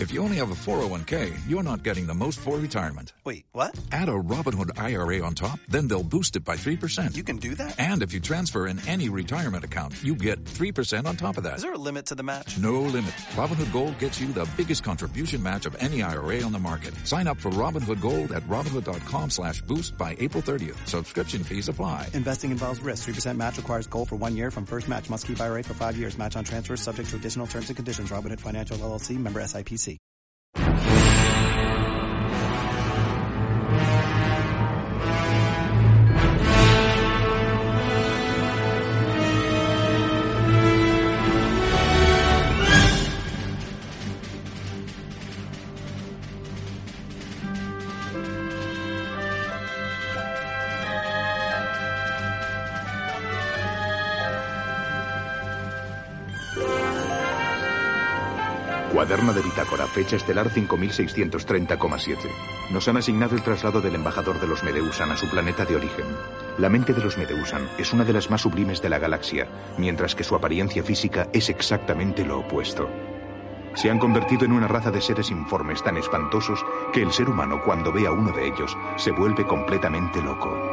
If you only have a 401k, you're not getting the most for retirement. Wait, what? Add a Robinhood IRA on top, then they'll boost it by 3%. You can do that? And if you transfer in any retirement account, you get 3% on top of that. Is there a limit to the match? No limit. Robinhood Gold gets you the biggest contribution match of any IRA on the market. Sign up for Robinhood Gold at Robinhood.com/boost by April 30th. Subscription fees apply. Investing involves risk. 3% match requires gold for 1 year from first match. Must keep IRA for 5 years. Match on transfers subject to additional terms and conditions. Robinhood Financial LLC, member SIPC. Cuaderno de bitácora, fecha estelar 5630,7. Nos han asignado el traslado del embajador de los Medeusan a su planeta de origen. La mente de los Medeusan es una de las más sublimes de la galaxia, mientras que su apariencia física es exactamente lo opuesto. Se han convertido en una raza de seres informes tan espantosos que el ser humano, cuando ve a uno de ellos, se vuelve completamente loco.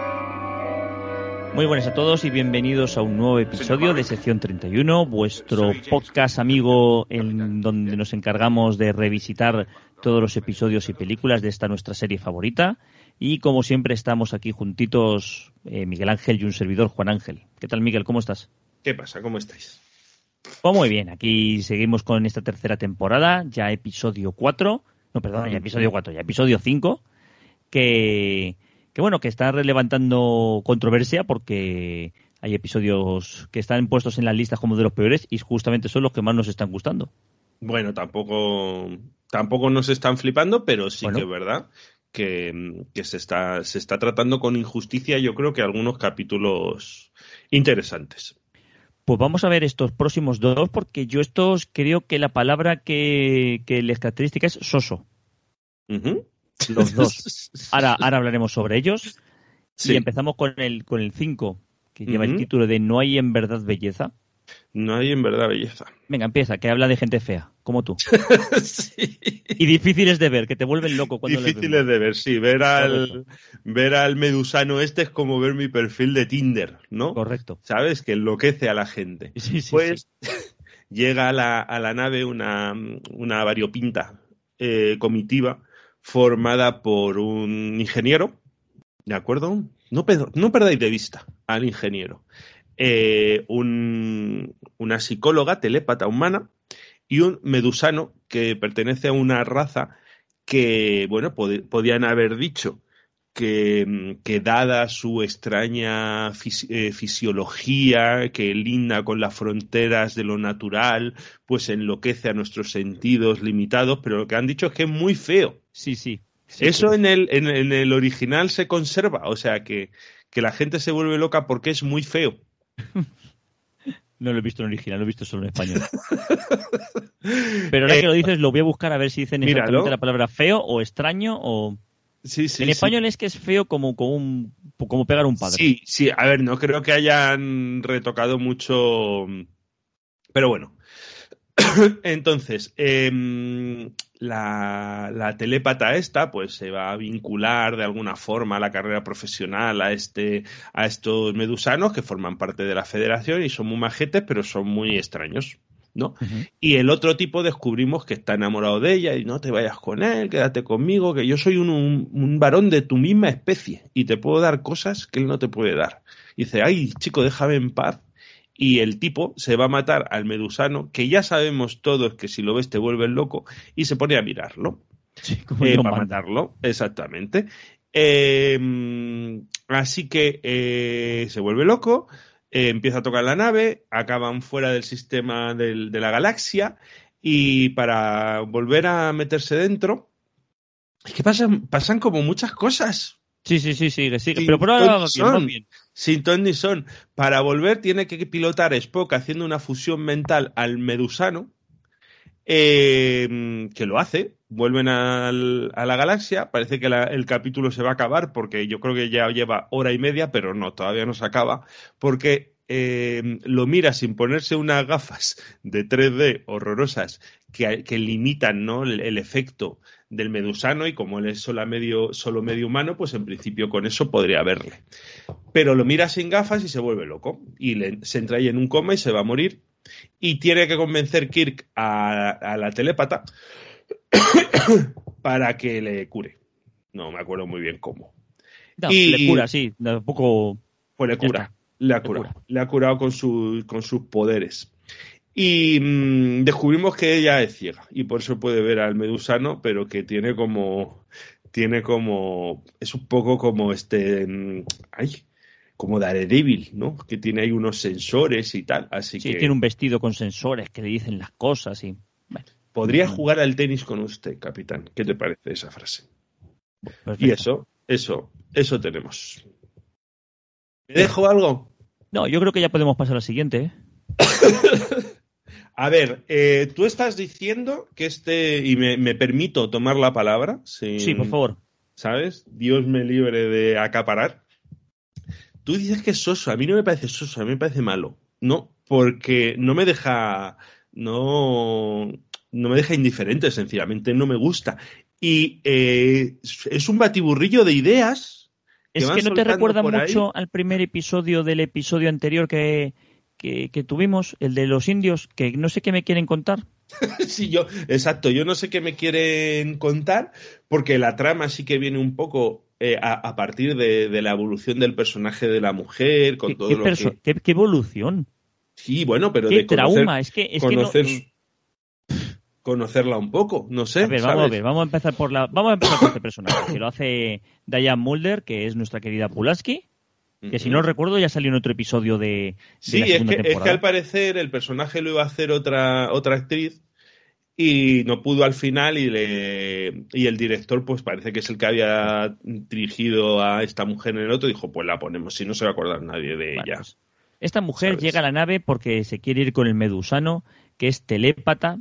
Muy buenas a todos y bienvenidos a un nuevo episodio de Sección 31, vuestro podcast amigo en donde nos encargamos de revisitar todos los episodios y películas de esta nuestra serie favorita. Y como siempre estamos aquí juntitos Miguel Ángel y un servidor, Juan Ángel. ¿Qué tal, Miguel? ¿Cómo estás? ¿Qué pasa? ¿Cómo estáis? Pues muy bien, aquí seguimos con esta tercera temporada, ya episodio 4, no, perdón, ya episodio 4, ya episodio 5, que bueno, que está levantando controversia porque hay episodios que están puestos en las listas como de los peores y justamente son los que más nos están gustando. Bueno, tampoco nos están flipando, pero sí que es verdad que se está tratando con injusticia, yo creo que algunos capítulos interesantes. Pues vamos a ver estos próximos dos, porque yo estos creo que la palabra que les caracteriza es soso. Uh-huh. Los dos. Ahora hablaremos sobre ellos. Sí. Y empezamos con el 5, que lleva el título de No hay en verdad belleza. No hay en verdad belleza. Venga, empieza, que habla de gente fea, como tú. Sí. Y difíciles de ver, que te vuelven loco cuando difíciles de ver, sí. Ver al medusano este es como ver mi perfil de Tinder, ¿no? Correcto. ¿Sabes? Que enloquece a la gente. Sí, pues sí. Llega a la nave una variopinta comitiva formada por un ingeniero, ¿de acuerdo? No perdáis de vista al ingeniero. Una psicóloga telépata humana y un medusano que pertenece a una raza que, bueno, podían haber dicho que dada su extraña fisiología, que linda con las fronteras de lo natural, pues enloquece a nuestros sentidos limitados, pero lo que han dicho es que es muy feo. Sí. Eso en el original se conserva, o sea que la gente se vuelve loca porque es muy feo. No lo he visto en original, lo he visto solo en español. Pero ahora que lo dices, lo voy a buscar a ver si dicen exactamente la palabra feo o extraño o... Sí, en español es que es feo como pegar a un padre. Sí, a ver, no creo que hayan retocado mucho, pero bueno. Entonces, la telépata esta pues se va a vincular de alguna forma a la carrera profesional a estos medusanos que forman parte de la federación y son muy majetes, pero son muy extraños, ¿no? Uh-huh. Y el otro tipo descubrimos que está enamorado de ella y no te vayas con él, quédate conmigo, que yo soy un varón de tu misma especie y te puedo dar cosas que él no te puede dar. Y dice, ay, chico, déjame en paz. Y el tipo se va a matar al medusano, que ya sabemos todos que si lo ves te vuelves loco, y se pone a mirarlo. Sí, para matarlo, exactamente. Así que se vuelve loco, empieza a tocar la nave, acaban fuera del sistema de la galaxia, y para volver a meterse dentro, es que pasan como muchas cosas. Sí, sigue. Pero por ahora va bien. Sin ton ni son. Para volver tiene que pilotar Spock haciendo una fusión mental al medusano, que lo hace. Vuelven a la galaxia. Parece que el capítulo se va a acabar porque yo creo que ya lleva hora y media, pero no, todavía no se acaba. Porque lo mira sin ponerse unas gafas de 3D horrorosas que limitan, ¿no?, el efecto del medusano, y como él es solo medio humano, pues en principio con eso podría verle. Pero lo mira sin gafas y se vuelve loco. Y se entra ahí en un coma y se va a morir. Y tiene que convencer Kirk a la telépata para que le cure. No me acuerdo muy bien cómo. No, le cura, sí. Un poco... Pues le cura. Le ha curado con sus poderes. Y descubrimos que ella es ciega y por eso puede ver al medusano, pero que tiene como es un poco como como Daredevil, ¿no? Que tiene ahí unos sensores y tal, así sí, que tiene un vestido con sensores que le dicen las cosas y bueno. Podría jugar al tenis con usted, capitán. ¿Qué te parece esa frase? Perfecto. Y eso tenemos. ¿Me dejo algo? No, yo creo que ya podemos pasar a la siguiente, ¿eh? A ver, tú estás diciendo que y me permito tomar la palabra. Sí, por favor. ¿Sabes? Dios me libre de acaparar. Tú dices que es soso. A mí no me parece soso, a mí me parece malo. No, porque no me deja indiferente, sencillamente no me gusta. Y es un batiburrillo de ideas. Es que no te recuerda mucho al primer episodio del episodio anterior que tuvimos, el de los indios, que no sé qué me quieren contar. Sí, yo no sé qué me quieren contar, porque la trama sí que viene un poco a partir de la evolución del personaje de la mujer, con todo lo que... ¿Qué evolución? Sí, bueno, pero ¿Qué de trauma? conocerla un poco, no sé. Vamos a empezar por este personaje, que lo hace Diane Mulder, que es nuestra querida Pulaski. Que si no recuerdo ya salió en otro episodio de la segunda temporada. Es que al parecer el personaje lo iba a hacer otra actriz y no pudo al final, y el director pues parece que es el que había dirigido a esta mujer en el otro, dijo pues la ponemos, si no se va a acordar nadie de ella. Pues, esta mujer ¿sabes? Llega a la nave porque se quiere ir con el medusano, que es telépata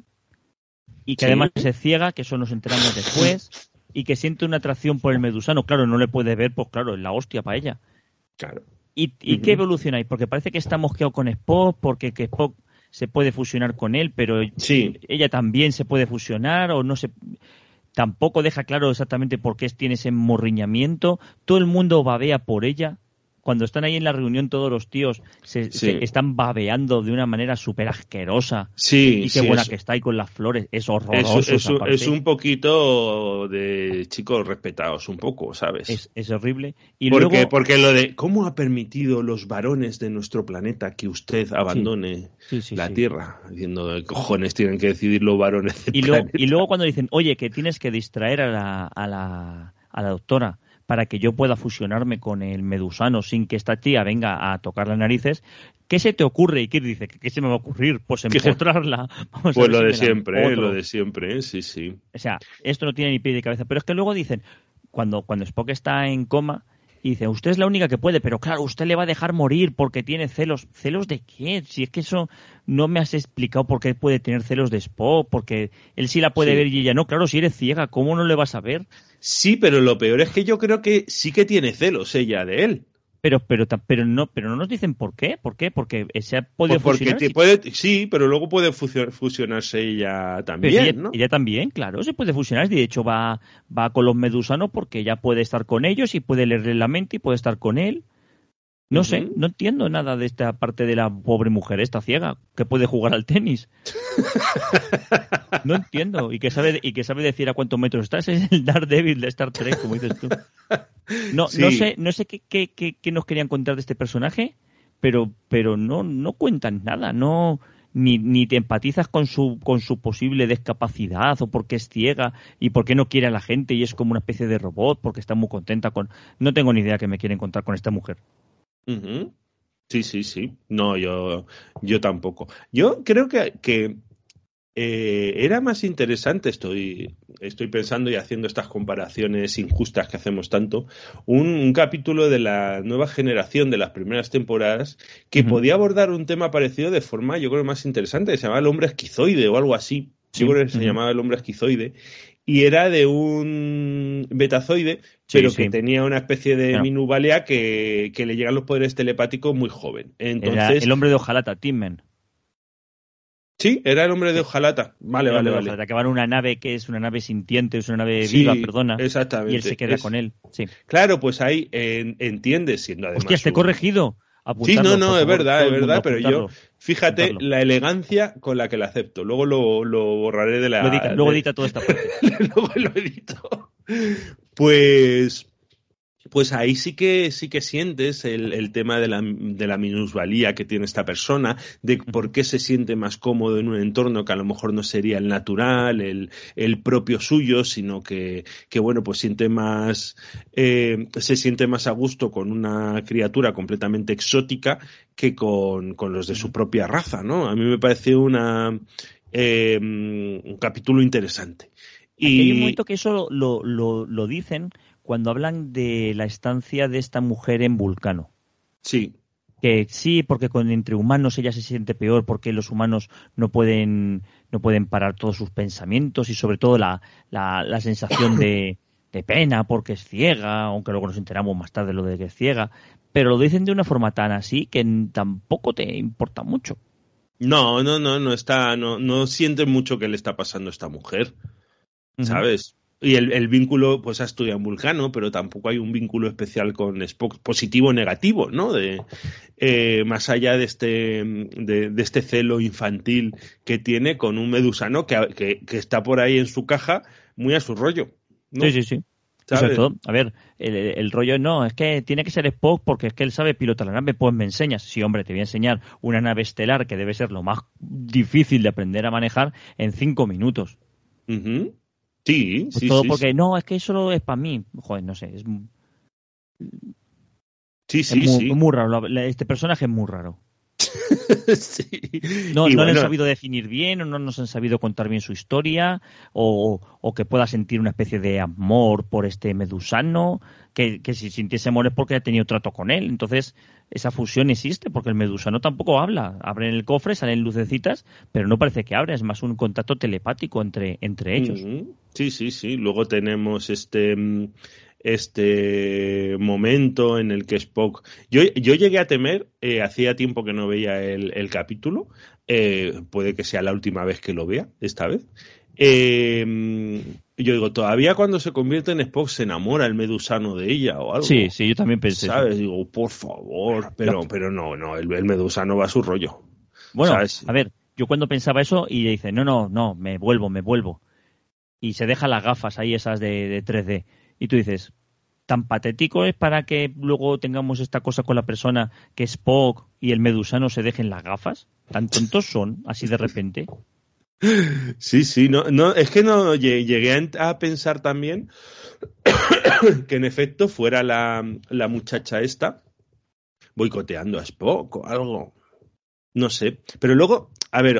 y que además se ciega, que eso nos enteramos después, y que siente una atracción por el medusano. Claro, no le puede ver, pues claro, es la hostia para ella. Claro. ¿Y qué evolucionáis? Porque parece que está mosqueado con Spock, porque que Spock se puede fusionar con él, pero ella también se puede fusionar, o no sé. Tampoco deja claro exactamente por qué tiene ese morriñamiento. Todo el mundo babea por ella. Cuando están ahí en la reunión todos los tíos se están babeando de una manera súper asquerosa. Sí, y qué buena que está ahí con las flores. Es horroroso. Es un poquito de chicos respetados, un poco, ¿sabes? Es horrible. Y porque lo de cómo ha permitido los varones de nuestro planeta que usted abandone la Tierra, diciendo cojones tienen que decidir los varones del planeta. Y luego cuando dicen, oye, que tienes que distraer a la doctora para que yo pueda fusionarme con el medusano sin que esta tía venga a tocar las narices, ¿qué se te ocurre? Y Kirk dice, ¿qué se me va a ocurrir? Pues empotrarla. Pues lo de siempre, sí. O sea, esto no tiene ni pie ni cabeza. Pero es que luego dicen, cuando Spock está en coma, y dice, usted es la única que puede, pero claro, usted le va a dejar morir porque tiene celos. ¿Celos de qué? Si es que eso no me has explicado por qué puede tener celos de Spock, porque él sí la puede ver y ella no. Claro, si eres ciega, ¿cómo no le vas a ver? Sí, pero lo peor es que yo creo que sí que tiene celos ella de él. Pero no nos dicen por qué. ¿Por qué? Porque se ha podido fusionar. Sí, pero luego puede fusionarse ella también, ¿no? Ella también, claro, se puede fusionar. De hecho, va con los medusanos porque ella puede estar con ellos y puede leerle la mente y puede estar con él. No sé, no entiendo nada de esta parte de la pobre mujer, esta ciega, que puede jugar al tenis. No entiendo. Y que sabe decir a cuántos metros está. Ese es el Daredevil de Star Trek, como dices tú. No sé qué nos querían contar de este personaje, pero no cuentan nada. Ni te empatizas con su posible discapacidad, o porque es ciega y porque no quiere a la gente y es como una especie de robot porque está muy contenta con... No tengo ni idea qué me quieren contar con esta mujer. Uh-huh. Sí. No, yo tampoco. Yo creo que era más interesante, estoy pensando y haciendo estas comparaciones injustas que hacemos tanto, un capítulo de la nueva generación de las primeras temporadas que podía abordar un tema parecido de forma, yo creo, más interesante, que se llamaba El hombre esquizoide o algo así. Yo creo que se llamaba El hombre esquizoide. Y era de un betazoide, pero que tenía una especie de minusvalía que le llegan los poderes telepáticos muy joven. Entonces, era el hombre de hojalata, Timmen. Sí, era el hombre de hojalata. Vale. Que va en una nave que es una nave sintiente, es una nave viva, perdona. Exactamente. Y él se queda con él. Sí. Claro, pues ahí entiendes, siendo además... Hostia, te he corregido. Apuntarlo, sí, no, es verdad, pero yo, fíjate la elegancia con la que la acepto. Luego lo borraré de la... Luego edita toda esta parte. Luego lo edito. Pues ahí sí que sientes el tema de la minusvalía que tiene esta persona, de por qué se siente más cómodo en un entorno que a lo mejor no sería el natural, el propio suyo, sino que bueno, pues se siente más a gusto con una criatura completamente exótica que con los de su propia raza, ¿no? A mí me parece un capítulo interesante. Y hay un momento que eso lo dicen cuando hablan de la estancia de esta mujer en Vulcano. Sí. Que sí, porque entre humanos ella se siente peor, porque los humanos no pueden parar todos sus pensamientos y sobre todo la sensación de pena porque es ciega, aunque luego nos enteramos más tarde lo de que es ciega. Pero lo dicen de una forma tan así que tampoco te importa mucho. No sientes mucho qué le está pasando a esta mujer, ¿sabes? Y el vínculo, pues ha estudiado en Vulcano, pero tampoco hay un vínculo especial con Spock, positivo o negativo, ¿no? Más allá de este celo infantil que tiene con un medusano que está por ahí en su caja, muy a su rollo, ¿no? Sí. Sobre todo, a ver, el rollo no, es que tiene que ser Spock porque es que él sabe pilotar la nave, pues me enseñas. Sí, hombre, te voy a enseñar una nave estelar que debe ser lo más difícil de aprender a manejar en 5 minutos. Sí, pues todo porque no, es que eso es para mí. Joder, no sé. Muy raro. Este personaje es muy raro. Sí. No le han sabido definir bien, o no nos han sabido contar bien su historia, o que pueda sentir una especie de amor por este medusano, que si sintiese amor es porque ha tenido trato con él. Entonces, esa fusión existe, porque el medusano tampoco habla. Abren el cofre, salen lucecitas, pero no parece que abra, es más un contacto telepático entre ellos. Sí. Luego tenemos este momento en el que Spock... Yo llegué a temer, hacía tiempo que no veía el capítulo, puede que sea la última vez que lo vea, esta vez. Yo digo, todavía cuando se convierte en Spock se enamora el medusano de ella o algo. Sí, yo también pensé. ¿Sabes? Eso. Digo, por favor, pero no, el medusano va a su rollo. Bueno, ¿sabes? A ver, yo cuando pensaba eso y dice, no, me vuelvo. Y se deja las gafas ahí esas de 3D. Y tú dices, ¿tan patético es para que luego tengamos esta cosa con la persona que Spock y el medusano se dejen las gafas? ¿Tan tontos son así de repente? Sí, no, es que no llegué a pensar también que en efecto fuera la muchacha esta boicoteando a Spock o algo. No sé, pero luego, a ver,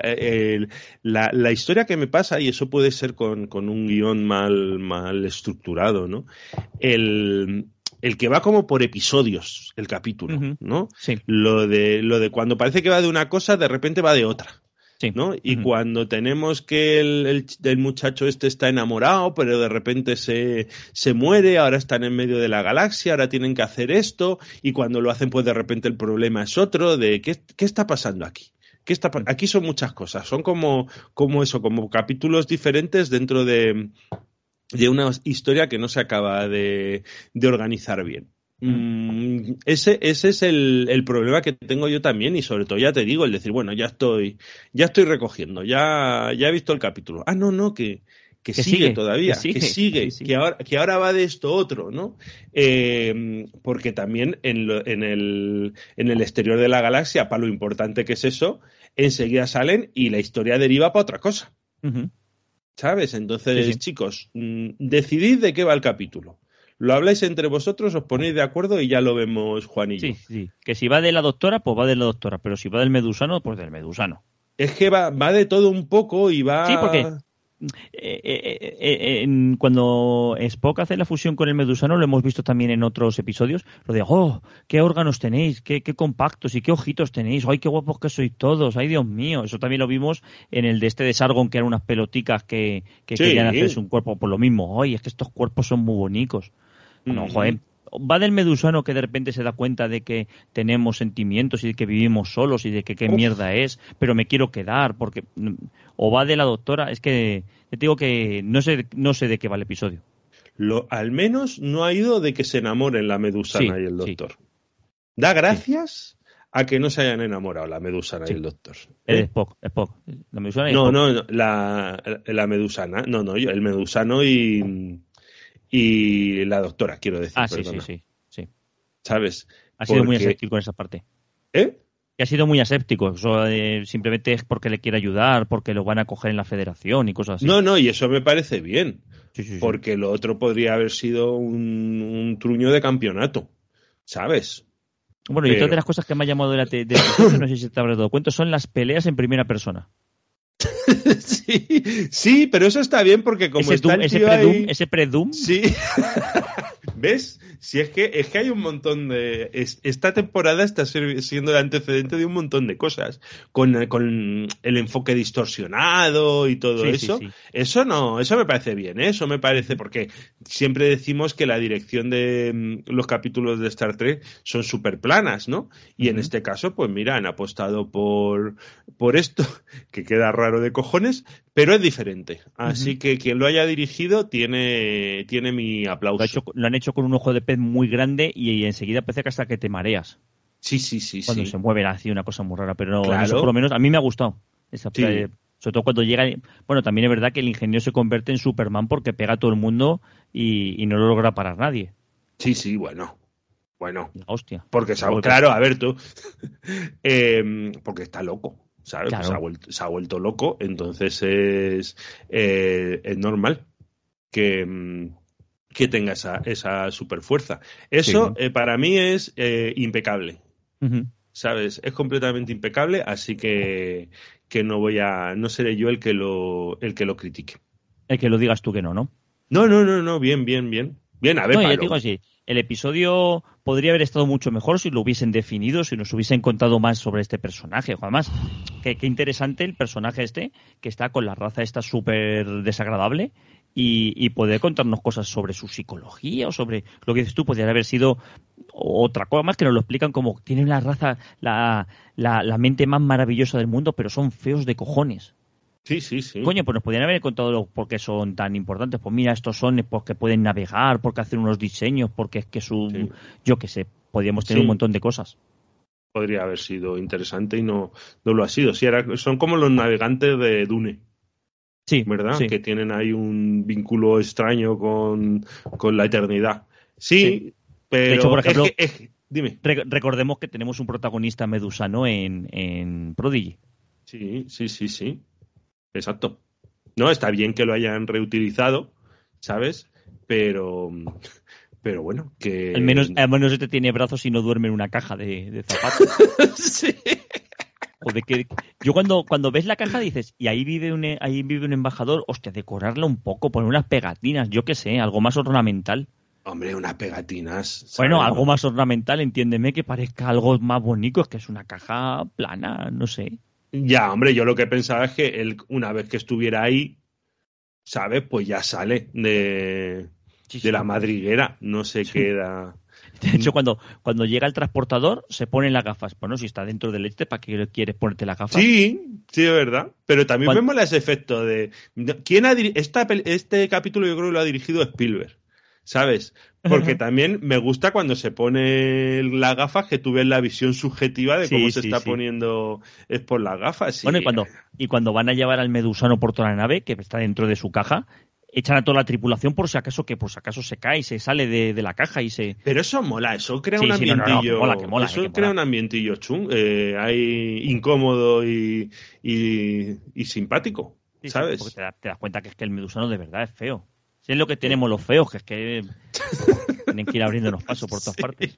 la historia que me pasa, y eso puede ser con un guión mal estructurado, ¿no? El que va como por episodios el capítulo, ¿no? Sí. Lo de cuando parece que va de una cosa, de repente va de otra. Sí. ¿No? Y cuando tenemos que el muchacho este está enamorado, pero de repente se muere, ahora están en medio de la galaxia, ahora tienen que hacer esto, y cuando lo hacen, pues de repente el problema es otro, de ¿qué está pasando aquí? Aquí son muchas cosas, son como capítulos diferentes dentro de una historia que no se acaba de organizar bien. Ese es el problema que tengo yo también, y sobre todo ya te digo, el decir, bueno, ya estoy recogiendo, ya he visto el capítulo. No, que sigue todavía, que sigue. Que ahora va de esto otro, ¿no? Porque también en el exterior de la galaxia, para lo importante que es eso, enseguida salen y la historia deriva para otra cosa. ¿Sabes? Entonces, chicos, decidid de qué va el capítulo. Lo habláis entre vosotros, os ponéis de acuerdo y ya lo vemos Juan y yo. Sí. Que si va de la doctora, pues va de la doctora. Pero si va del medusano, pues del medusano. Es que va de todo un poco y va... Sí, porque cuando Spock hace la fusión con el medusano, lo hemos visto también en otros episodios, lo de, qué órganos tenéis, qué compactos y qué ojitos tenéis, ay, qué guapos que sois todos, ay, Dios mío. Eso también lo vimos en el de Sargon, que eran unas peloticas que querían hacerse un cuerpo por lo mismo. Ay, es que estos cuerpos son muy bonitos. No, joder. Va del medusano que de repente se da cuenta de que tenemos sentimientos y de que vivimos solos y de que qué mierda es, pero me quiero quedar, porque... O va de la doctora, es que te digo que no sé de qué va el episodio. Al menos no ha ido de que se enamoren la medusana y el doctor. Sí. Da gracias a que no se hayan enamorado la medusana y el doctor. Spock. La medusana y no, Spock. La medusana. No, el medusano y la doctora, quiero decir. Sí. ¿Sabes? Ha sido muy escéptico en esa parte. Que ha sido muy aséptico. Eso, simplemente es porque le quiere ayudar, porque lo van a coger en la federación y cosas así. No, y eso me parece bien. Sí. Porque lo otro podría haber sido un truño de campeonato. ¿Sabes? Bueno, y otra de las cosas que me ha llamado de episodio, no sé si te habrás dado cuenta, son las peleas en primera persona. Sí, pero eso está bien porque como está el tío ahí... Ese pre-Doom. Sí. ¿Ves? Si es que hay un montón de... Esta temporada está siendo el antecedente de un montón de cosas. Con el enfoque distorsionado y todo eso. Sí. Eso me parece bien, ¿eh? Eso me parece... Porque siempre decimos que la dirección de los capítulos de Star Trek son súper planas, ¿no? Y en este caso, pues mira, han apostado por esto, que queda raro de cojones, pero es diferente. Así que quien lo haya dirigido tiene mi aplauso. Lo han hecho con un ojo de pez muy grande y enseguida parece que hasta que te mareas. Sí. Cuando se mueven así, una cosa muy rara, pero claro. Eso por lo menos a mí me ha gustado. Sobre todo cuando llega... Bueno, también es verdad que el ingeniero se convierte en Superman porque pega a todo el mundo y no lo logra parar nadie. Sí, bueno. Hostia. Porque, claro, a ver tú, porque está loco. ¿Sabes? Claro. Pues se ha vuelto loco, entonces es normal que tenga esa super fuerza. Eso para mí es impecable. ¿Sabes? Es completamente impecable, así que no seré yo el que lo critique. El que lo digas tú que no. No, bien. Bien, a ver, yo digo así. El episodio podría haber estado mucho mejor si lo hubiesen definido, si nos hubiesen contado más sobre este personaje. Además, qué interesante el personaje que está con la raza esta súper desagradable y poder contarnos cosas sobre su psicología o sobre lo que dices tú. Podría haber sido otra cosa más que nos lo explican como tienen la raza, la mente más maravillosa del mundo, pero son feos de cojones. Sí. Coño, pues nos podrían haber contado por qué son tan importantes. Pues mira, estos son porque pueden navegar, porque hacen unos diseños, porque es que yo qué sé, podríamos tener un montón de cosas. Podría haber sido interesante y no lo ha sido. Sí, son como los navegantes de Dune. Sí. ¿Verdad? Sí. Que tienen ahí un vínculo extraño con la eternidad. Sí. Pero... De hecho, por ejemplo, dime. Recordemos que tenemos un protagonista medusano en Prodigy. Sí. Exacto. No, está bien que lo hayan reutilizado, ¿sabes? Pero bueno, que... Al menos este tiene brazos y no duerme en una caja de zapatos. Sí. Joder, que yo cuando ves la caja dices, y ahí vive un embajador, hostia, decorarla un poco, poner unas pegatinas, yo qué sé, algo más ornamental. Hombre, unas pegatinas. ¿sabes? Bueno, algo más ornamental, entiéndeme, que parezca algo más bonito, es que es una caja plana, no sé. Ya, hombre, yo lo que pensaba es que él, una vez que estuviera ahí, ¿sabes? Pues ya sale de la madriguera, no se queda... De hecho, cuando llega el transportador, se ponen las gafas. Bueno, si está dentro del ¿para qué quieres ponerte las gafas? Sí, es verdad. Pero también vemos ese efecto de... ¿Quién este capítulo yo creo que lo ha dirigido Spielberg, ¿sabes? Porque también me gusta cuando se pone las gafas que tú ves la visión subjetiva de cómo se está poniendo es por las gafas. Bueno, y cuando van a llevar al medusano por toda la nave, que está dentro de su caja, echan a toda la tripulación por si acaso se cae y se sale de la caja y se... Pero eso mola, eso crea un ambientillo... que mola, eso crea un ambientillo ahí incómodo y simpático, ¿sabes? Sí, porque te das cuenta que es que el medusano de verdad es feo. Si es lo que tenemos los feos, que es que tienen que ir abriéndonos paso por todas partes.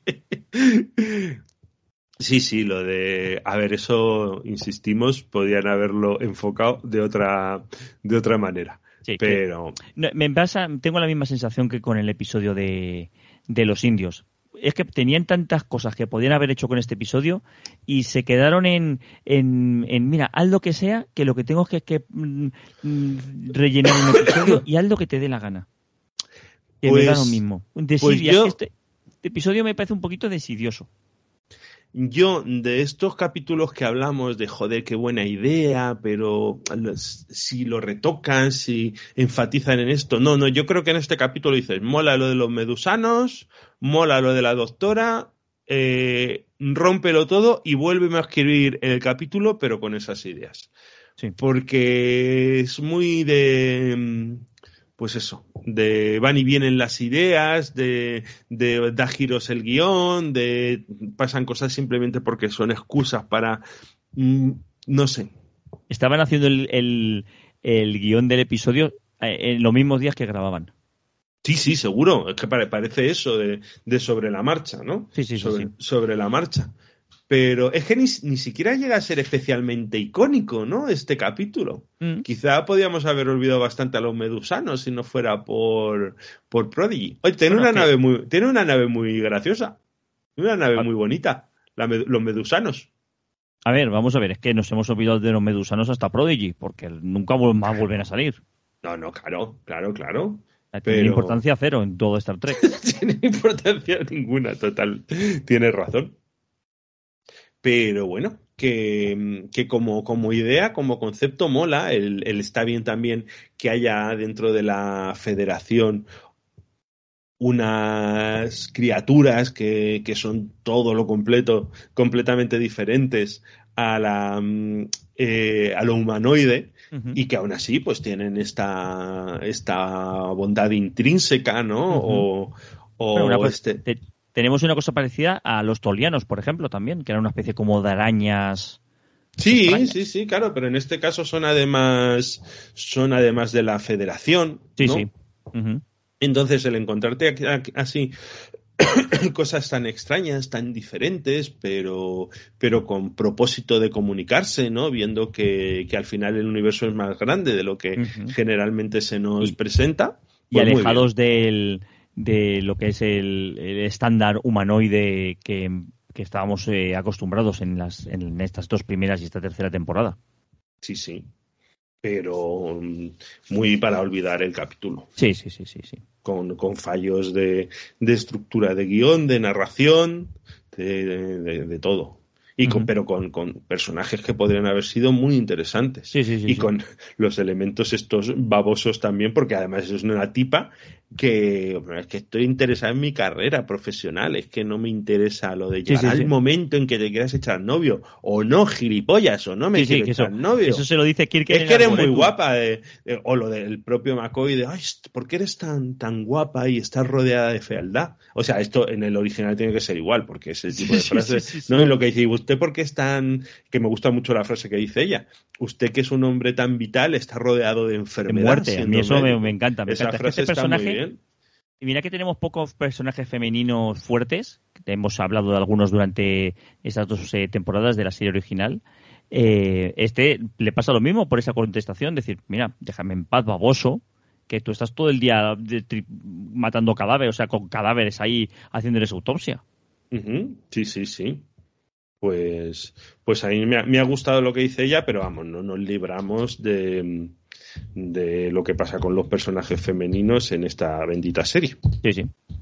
Sí, lo de... A ver, eso, insistimos, podían haberlo enfocado de otra manera. Sí, pero... No, tengo la misma sensación que con el episodio de los indios. Es que tenían tantas cosas que podían haber hecho con este episodio y se quedaron en mira, haz lo que sea, que lo que tengo es que rellenar un episodio y haz lo que te dé la gana. Que me da lo mismo. Este episodio me parece un poquito desidioso. Yo, de estos capítulos que hablamos de joder, qué buena idea, pero si lo retocan, si enfatizan en esto, no, yo creo que en este capítulo dices, mola lo de los medusanos, mola lo de la doctora, rómpelo todo y vuélveme a escribir el capítulo, pero con esas ideas. Sí. Porque es muy de... Pues eso, de van y vienen las ideas, de da giros el guión, de pasan cosas simplemente porque son excusas para... no sé. Estaban haciendo el guión del episodio en los mismos días que grababan. Sí, seguro. Es que parece eso de sobre la marcha, ¿no? Sí. Sobre la marcha. Pero es que ni siquiera llega a ser especialmente icónico, ¿no? Este capítulo. Quizá podíamos haber olvidado bastante a los medusanos si no fuera por Prodigy. Oye, tiene una nave muy graciosa. Una nave muy bonita. Los medusanos. A ver, vamos a ver. Es que nos hemos olvidado de los medusanos hasta Prodigy, porque nunca más vuelven a salir. No, claro. Tiene importancia cero en todo Star Trek. Tiene importancia ninguna, total. Tienes razón. Pero bueno, que como idea, como concepto mola, está bien también que haya dentro de la Federación unas criaturas que son todo lo completamente diferentes a lo humanoide, y que aún así pues tienen esta bondad intrínseca, ¿no? Tenemos una cosa parecida a los tolianos, por ejemplo, también, que era una especie como de arañas. Sí, claro, pero en este caso son además de la Federación, ¿no? Sí. Uh-huh. Entonces, el encontrarte así cosas tan extrañas, tan diferentes, pero con propósito de comunicarse, ¿no? Viendo que al final el universo es más grande de lo que generalmente se nos presenta. Y pues alejados de lo que es el estándar humanoide que estábamos acostumbrados en estas dos primeras y esta tercera temporada. Sí. Pero muy para olvidar el capítulo. Sí. Con fallos de estructura de guión, de narración, de todo. Pero con personajes que podrían haber sido muy interesantes. Sí. Con los elementos estos babosos también, porque además es una tipa que es que estoy interesada en mi carrera profesional, es que no me interesa lo de llegar al momento en que te quieras echar novio, o no, gilipollas, o no me quiero echar novio. Eso se lo dice Kirk. Es que eres muy guapa, o lo del propio McCoy de, ay, ¿por qué eres tan guapa y estás rodeada de fealdad? O sea, esto en el original tiene que ser igual, porque es el tipo de frase, ¿no? En lo que dice, ¿usted por qué es tan...? Que me gusta mucho la frase que dice ella. Usted que es un hombre tan vital está rodeado de enfermedad. De muerte, a mí eso me encanta. Esa frase está muy bien. Y mira que tenemos pocos personajes femeninos fuertes. Hemos hablado de algunos durante estas dos temporadas de la serie original. Le pasa lo mismo por esa contestación. Decir, mira, déjame en paz, baboso, que tú estás todo el día matando cadáveres, o sea, con cadáveres ahí haciéndoles autopsia. Sí. Pues a mí me ha gustado lo que dice ella, pero vamos, no nos libramos de lo que pasa con los personajes femeninos en esta bendita serie. Sí.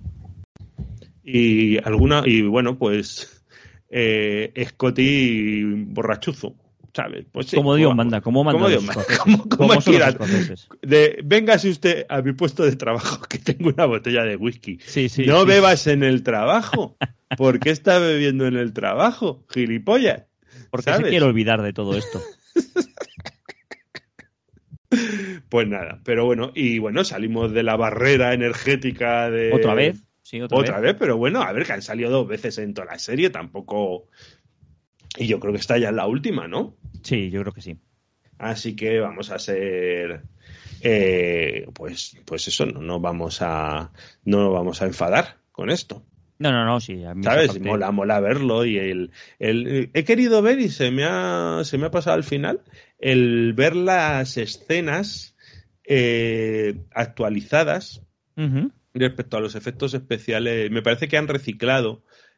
Y bueno, pues Scotty borrachuzo, ¿sabes? Pues sí, como Dios manda, como Dios manda. Como quiera. Véngase usted a mi puesto de trabajo, que tengo una botella de whisky. No bebas en el trabajo. ¿Por qué está bebiendo en el trabajo, gilipollas? Porque se quiere olvidar de todo esto. Pues nada, pero bueno, salimos de la barrera energética de... ¿Otra vez? Sí, otra vez, pero bueno, a ver, que han salido 2 veces en toda la serie, tampoco... Y yo creo que esta ya es la última, ¿no? Sí, yo creo que sí. Así que vamos a ser... pues eso, no nos vamos a enfadar con esto. No, sí. A mí ¿sabes? Mola verlo y he querido ver y se me ha pasado al final el ver las escenas actualizadas respecto a los efectos especiales. Me parece que han reciclado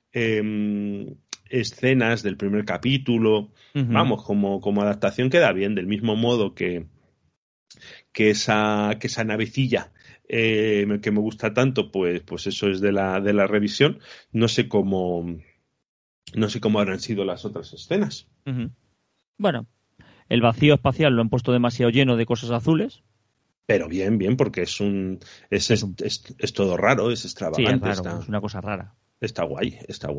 escenas del primer capítulo. Vamos, como adaptación queda bien, del mismo modo que esa navecilla que me gusta tanto, pues eso es de la revisión. No sé cómo habrán sido las otras escenas. Bueno, el vacío espacial lo han puesto demasiado lleno de cosas azules. Pero bien, porque es todo raro, es extravagante. Sí, es raro, es una cosa rara. Está guay.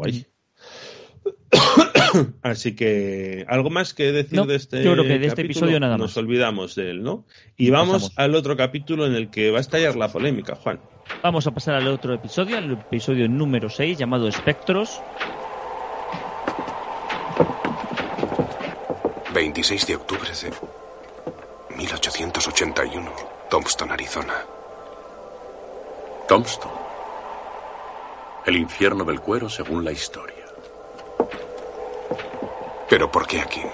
Así que, ¿algo más que decir de este yo creo que de capítulo? este episodio nada más. Nos olvidamos de él, ¿no? Y vamos al otro capítulo en el que va a estallar la polémica, Juan. Vamos a pasar al otro episodio, al episodio número 6, llamado Espectros. 26 de octubre de 1881, Tombstone, Arizona. Tombstone. El infierno del cuero según la historia. ¿Pero por qué aquí?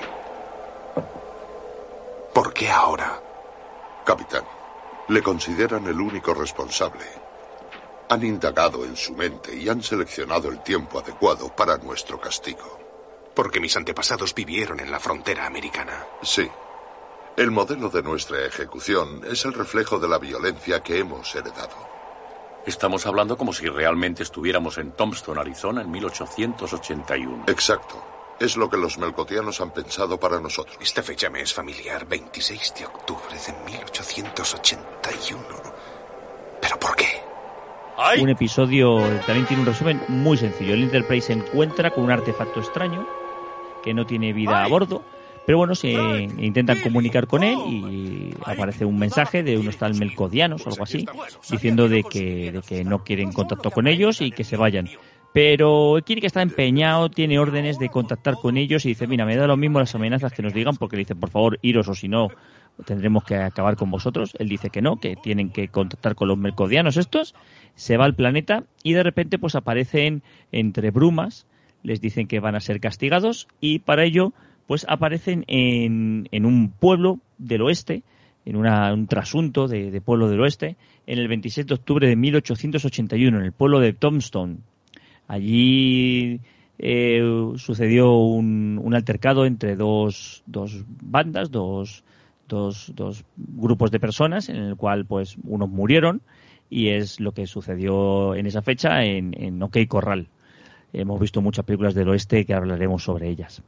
¿Por qué ahora? Capitán, le consideran el único responsable. Han indagado en su mente y han seleccionado el tiempo adecuado para nuestro castigo. Porque mis antepasados vivieron en la frontera americana. Sí. El modelo de nuestra ejecución es el reflejo de la violencia que hemos heredado. Estamos hablando como si realmente estuviéramos en Tombstone, Arizona, en 1881. Exacto. Es lo que los melcotianos han pensado para nosotros. Esta fecha me es familiar, 26 de octubre de 1881. ¿Pero por qué? Un episodio también tiene un resumen muy sencillo. El Enterprise se encuentra con un artefacto extraño que no tiene vida a bordo, pero bueno, se intentan comunicar con él y aparece un mensaje de unos tal melcodianos o algo así, diciendo de que no quieren contacto con ellos y que se vayan. Pero Kirk está empeñado, tiene órdenes de contactar con ellos y dice, mira, me da lo mismo las amenazas que nos digan, porque le dice, por favor, iros o si no, tendremos que acabar con vosotros. Él dice que no, que tienen que contactar con los melcodianos estos. Se va al planeta y de repente pues aparecen entre brumas, les dicen que van a ser castigados y para ello pues aparecen en un pueblo del oeste, en un trasunto de pueblo del oeste, en el 26 de octubre de 1881, en el pueblo de Tombstone. Allí sucedió un altercado entre dos bandas, dos grupos de personas, en el cual pues unos murieron, y es lo que sucedió en esa fecha en OK Corral. Hemos visto muchas películas del oeste que hablaremos sobre ellas.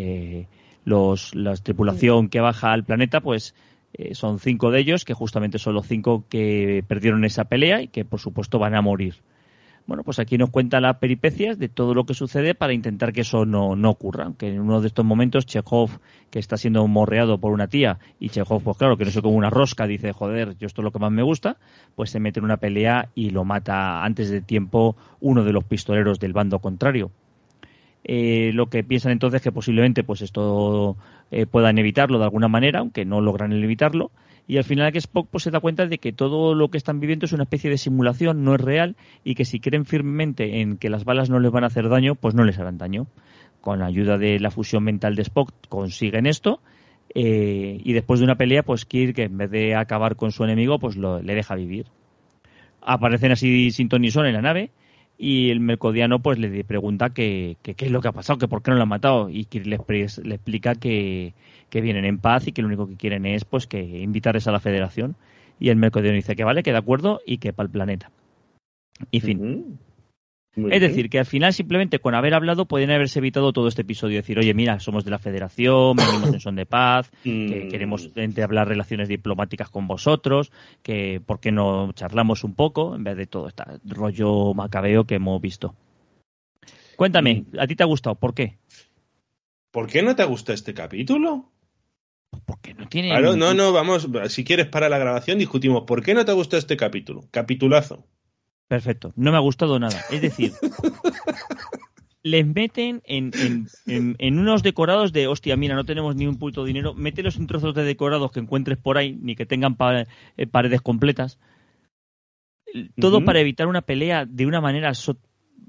La tripulación que baja al planeta pues son 5 de ellos, que justamente son los 5 que perdieron esa pelea y que por supuesto van a morir. Bueno, pues aquí nos cuenta las peripecias de todo lo que sucede para intentar que eso no ocurra. Aunque en uno de estos momentos Chekhov, que está siendo morreado por una tía, y Chekhov, pues claro, que no sé, como una rosca, dice, joder, yo esto es lo que más me gusta, pues se mete en una pelea y lo mata antes de tiempo uno de los pistoleros del bando contrario. Lo que piensan entonces que posiblemente pues esto puedan evitarlo de alguna manera, aunque no logran evitarlo. Y al final que Spock pues se da cuenta de que todo lo que están viviendo es una especie de simulación, no es real, y que si creen firmemente en que las balas no les van a hacer daño, pues no les harán daño. Con la ayuda de la fusión mental de Spock consiguen esto, y después de una pelea, pues Kirk, en vez de acabar con su enemigo, pues le deja vivir. Aparecen así sin ton ni son en la nave, y el melcodiano pues le pregunta qué es lo que ha pasado, que por qué no lo han matado, y Kirk le explica que vienen en paz y que lo único que quieren es pues que invitarles a la Federación, y el melcodiano dice que vale, que de acuerdo y que para el planeta. Y fin. Es decir, que al final simplemente con haber hablado pueden haberse evitado todo este episodio, decir, oye, mira, somos de la Federación, venimos en son de paz, que queremos entablar relaciones diplomáticas con vosotros, que por qué no charlamos un poco, en vez de todo este rollo macabeo que hemos visto. Cuéntame, ¿a ti te ha gustado? ¿Por qué? ¿Por qué no te ha gustado este capítulo? Porque no tiene... Claro, no, vamos, si quieres para la grabación discutimos, ¿por qué no te ha gustado este capítulo? Capitulazo. Perfecto, no me ha gustado nada. Es decir, les meten en unos decorados de, hostia, mira, no tenemos ni un puto dinero, mételos en trozos de decorados que encuentres por ahí, ni que tengan paredes completas. Todo para evitar una pelea de una manera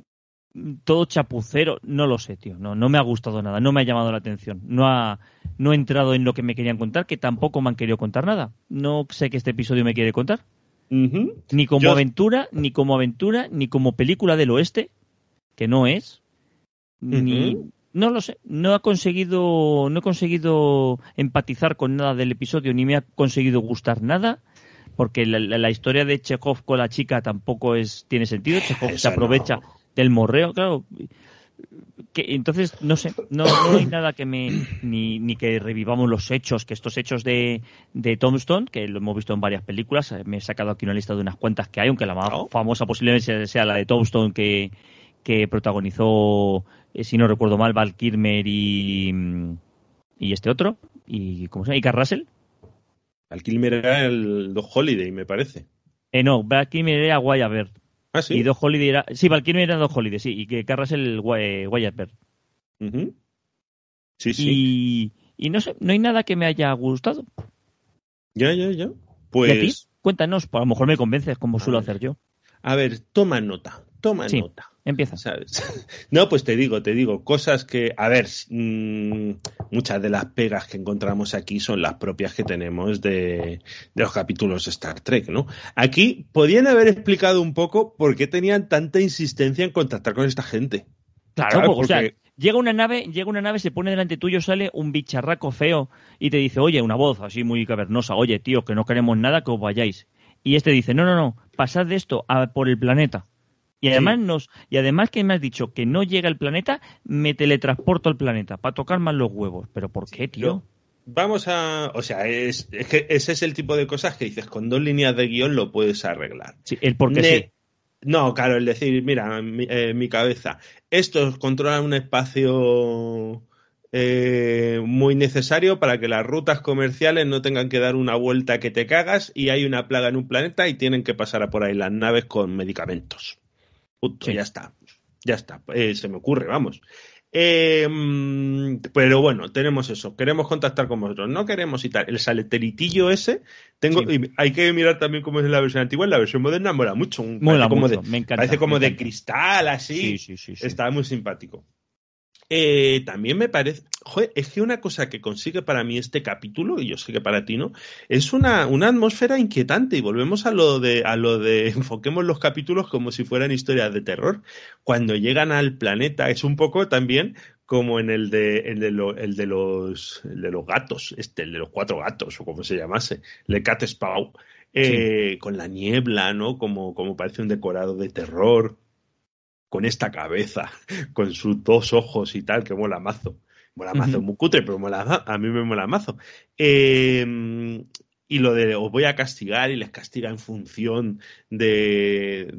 todo chapucero, no lo sé, tío. No me ha gustado nada, no me ha llamado la atención. No he entrado en lo que me querían contar, que tampoco me han querido contar nada. No sé qué este episodio me quiere contar. Ni como aventura, ni como película del oeste, que no es. No lo sé. No he conseguido empatizar con nada del episodio, ni me ha conseguido gustar nada. Porque la historia de Chekhov con la chica tampoco tiene sentido. Chekhov se aprovecha del morreo, claro. Entonces, no sé, no hay nada que ni que revivamos los hechos, que estos hechos de Tombstone, que lo hemos visto en varias películas, me he sacado aquí una lista de unas cuantas que hay, aunque la más famosa posiblemente sea la de Tombstone que protagonizó, si no recuerdo mal, Val Kilmer y este otro, y ¿cómo se llama? Icar Russell. Val Kilmer era el Doc Holliday, me parece. No, Val Kilmer era Wyatt Earp. ¿Ah, sí? Y Doc Holliday era... Sí, Val Kilmer era Doc Holliday, sí. Y que Carras el Wyatt Earp. Sí. Y no sé, no hay nada que me haya gustado. Ya. Pues... ¿Y a ti? Cuéntanos, a lo mejor me convences, como suelo hacer yo. A ver, toma nota. Empieza. ¿Sabes? No, pues te digo, cosas que, a ver, muchas de las pegas que encontramos aquí son las propias que tenemos de los capítulos de Star Trek, ¿no? Aquí podían haber explicado un poco por qué tenían tanta insistencia en contactar con esta gente. Claro, porque... o sea, llega una nave, se pone delante tuyo, sale un bicharraco feo y te dice, oye, una voz así muy cavernosa, oye, tío, que no queremos nada, que os vayáis. Y este dice, no, pasad de esto por el planeta. Y además que me has dicho que no llega el planeta, me teletransporto al planeta para tocar más los huevos. ¿Pero por qué, tío? Vamos a... O sea, es que ese es el tipo de cosas que dices, con 2 líneas de guión lo puedes arreglar. Sí, el por qué sí. No, claro, el decir, mira, mi cabeza, estos controlan un espacio muy necesario para que las rutas comerciales no tengan que dar una vuelta que te cagas y hay una plaga en un planeta y tienen que pasar por ahí las naves con medicamentos. Punto, sí. Ya está. Se me ocurre, vamos. Pero bueno, tenemos eso. Queremos contactar con vosotros. No queremos y tal. El saleteritillo ese, y hay que mirar también cómo es en la versión antigua. En la versión moderna mola mucho. Me encanta. Parece como de cristal, así. Sí. Está muy simpático. También me parece... Joder, es que una cosa que consigue para mí este capítulo, y yo sé que para ti no, es una atmósfera inquietante. Y volvemos a lo de enfoquemos los capítulos como si fueran historias de terror. Cuando llegan al planeta, es un poco también como en el de los gatos, el de los 4 gatos, o como se llamase, el Cat Spaw, con la niebla, ¿no? Como parece un decorado de terror. Con esta cabeza, con sus 2 ojos y tal, que mola mazo. Mola mazo, es muy cutre, pero a mí me mola mazo. Y lo de os voy a castigar y les castiga en función de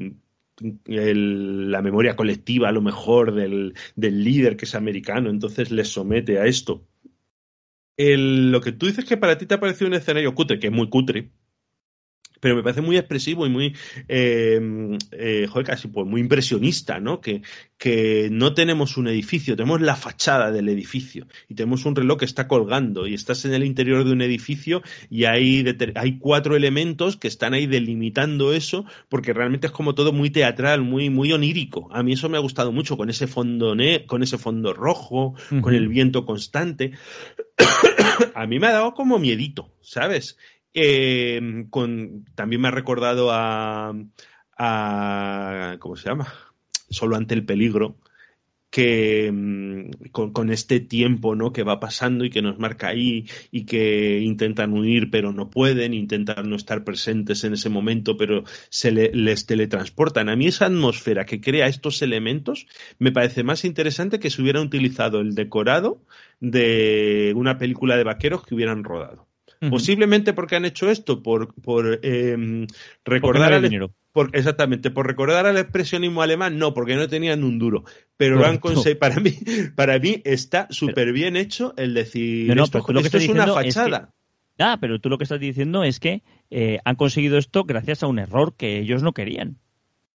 la memoria colectiva, a lo mejor, del líder que es americano, entonces les somete a esto. Lo que tú dices que para ti te ha parecido un escenario cutre, que es muy cutre, pero me parece muy expresivo y muy casi pues muy impresionista, ¿no? Que no tenemos un edificio, tenemos la fachada del edificio y tenemos un reloj que está colgando y estás en el interior de un edificio y hay 4 elementos que están ahí delimitando eso, porque realmente es como todo muy teatral, muy, muy onírico. A mí eso me ha gustado mucho, con ese fondo rojo, con el viento constante. A mí me ha dado como miedito, ¿sabes? También me ha recordado a ¿cómo se llama? Solo ante el peligro, que con este tiempo, ¿no? Que va pasando y que nos marca ahí y que intentan huir pero no pueden, intentan no estar presentes en ese momento pero les teletransportan. A mí esa atmósfera que crea estos elementos me parece más interesante que si hubieran utilizado el decorado de una película de vaqueros que hubieran rodado. Posiblemente porque han hecho esto, por recordar exactamente, por recordar al expresionismo alemán, no, porque no tenían un duro, pero lo han conseguido. Para mí está súper bien hecho el decir esto es una fachada. Pero tú lo que estás diciendo es que han conseguido esto gracias a un error que ellos no querían.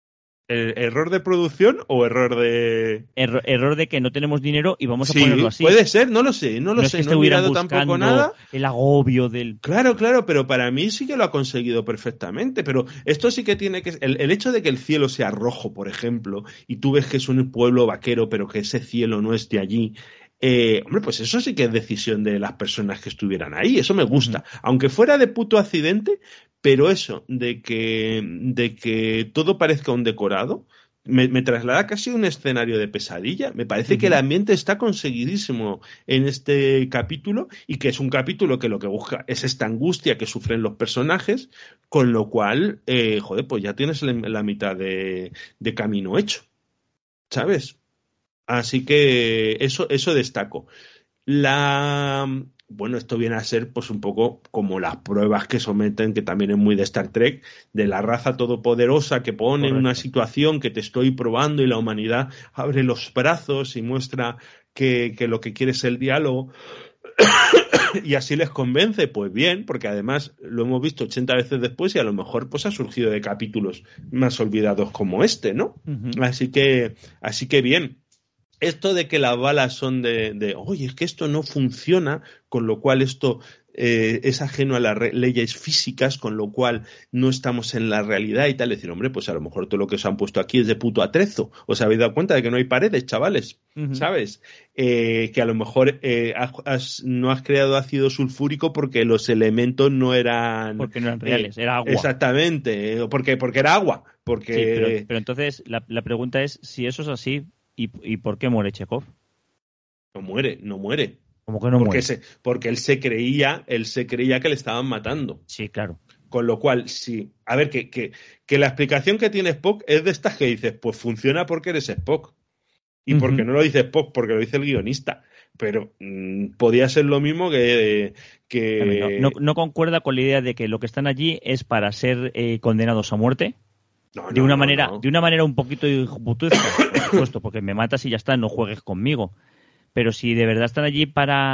¿Error de producción o error de...? Error de que no tenemos dinero y vamos a Sí, ponerlo así. puede ser, no lo sé, no es sé, que no he mirado estuvieran tampoco buscando nada. el agobio del... Claro, pero para mí sí que lo ha conseguido perfectamente, pero esto sí que tiene que... El hecho de que el cielo sea rojo, por ejemplo, y tú ves que es un pueblo vaquero, pero que ese cielo no es de allí... hombre, pues eso sí que es decisión de las personas que estuvieran ahí, eso me gusta. Aunque fuera de puto accidente, pero eso, de que todo parezca un decorado, me traslada casi a un escenario de pesadilla. Me parece que el ambiente está conseguidísimo en este capítulo y que es un capítulo que lo que busca es esta angustia que sufren los personajes, con lo cual, joder, pues ya tienes la mitad de camino hecho, ¿sabes? Así que eso destaco. Bueno, esto viene a ser pues un poco como las pruebas que someten, que también es muy de Star Trek, de la raza todopoderosa que pone en una situación que te estoy probando y la humanidad abre los brazos y muestra que lo que quiere es el diálogo y así les convence, pues bien, porque además lo hemos visto 80 veces después y a lo mejor pues ha surgido de capítulos más olvidados como este, ¿no? Así que bien. Esto de que las balas son oye, es que esto no funciona, con lo cual esto es ajeno a las leyes físicas, con lo cual no estamos en la realidad y tal. Es decir, hombre, pues a lo mejor todo lo que os han puesto aquí es de puto atrezo. ¿Os habéis dado cuenta de que no hay paredes, chavales? ¿Sabes? Que a lo mejor no has creado ácido sulfúrico porque los elementos no eran... Porque no eran reales, era agua. Exactamente, porque era agua. Sí, pero entonces la pregunta es, si eso es así, ¿y por qué muere Chekov? No muere. ¿Cómo que no muere? Porque él se creía que le estaban matando. Sí, claro. Con lo cual, sí. A ver, que la explicación que tiene Spock es de estas que dices, pues funciona porque eres Spock. Y porque no lo dice Spock, porque lo dice el guionista. Pero podía ser lo mismo que... No concuerda con la idea de que lo que están allí es para ser condenados a muerte. De una manera un poquito hijoputesca, por supuesto, porque me matas y ya está, no juegues conmigo. Pero si de verdad están allí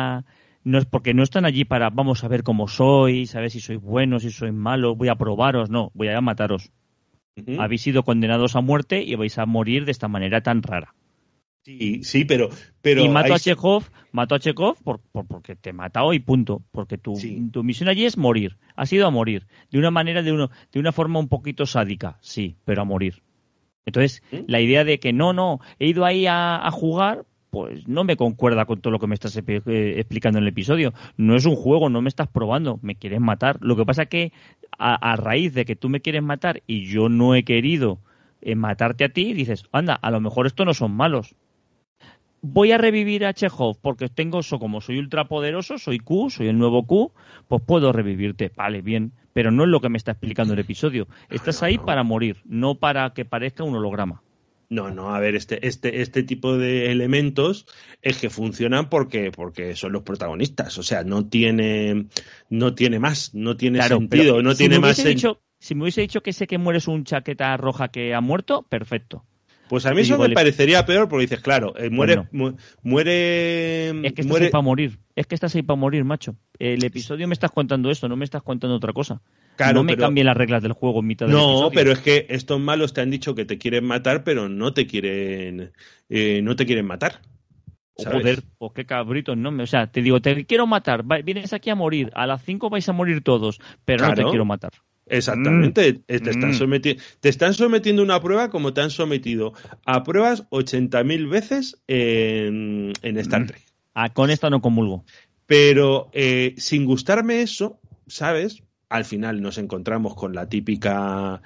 no es porque no están allí para vamos a ver cómo sois, a ver si sois buenos, si sois malos, voy a probaros, no, voy a mataros. Habéis sido condenados a muerte y vais a morir de esta manera tan rara. Sí, pero y mato a Chekov porque te he matado y punto. Porque tu misión allí es morir. Has ido a morir. De una manera, de una forma un poquito sádica, sí, pero a morir. Entonces, la idea de que no, he ido ahí a jugar, pues no me concuerda con todo lo que me estás explicando en el episodio. No es un juego, no me estás probando, me quieres matar. Lo que pasa es que a raíz de que tú me quieres matar y yo no he querido matarte a ti, dices, anda, a lo mejor estos no son malos. Voy a revivir a Chekov porque como soy ultrapoderoso, soy Q, soy el nuevo Q, pues puedo revivirte. Vale, bien, pero no es lo que me está explicando el episodio. Estás ahí para morir, no para que parezca un holograma. No, a ver, este tipo de elementos es que funcionan porque son los protagonistas. O sea, no tiene más, no tiene sentido, no tiene más sentido. Si me hubiese dicho que ese que muere es un chaqueta roja que ha muerto, perfecto. Pues a mí eso me parecería peor porque dices, claro, muere... Es que estás ahí para morir. Es que estás ahí para morir, macho. El episodio me estás contando esto, no me estás contando otra cosa. Claro, no me cambien las reglas del juego en mitad del episodio. No, pero es que estos malos te han dicho que te quieren matar, pero no te quieren matar. ¿Sabes? Joder, pues qué cabritos, ¿no? O sea, te digo, te quiero matar, vienes aquí a morir, a las 5 vais a morir todos, pero claro, no te quiero matar. Exactamente, te están sometiendo a una prueba como te han sometido a pruebas 80.000 veces en Star Trek. Con esta no comulgo. Pero sin gustarme eso, ¿sabes? Al final nos encontramos con la típica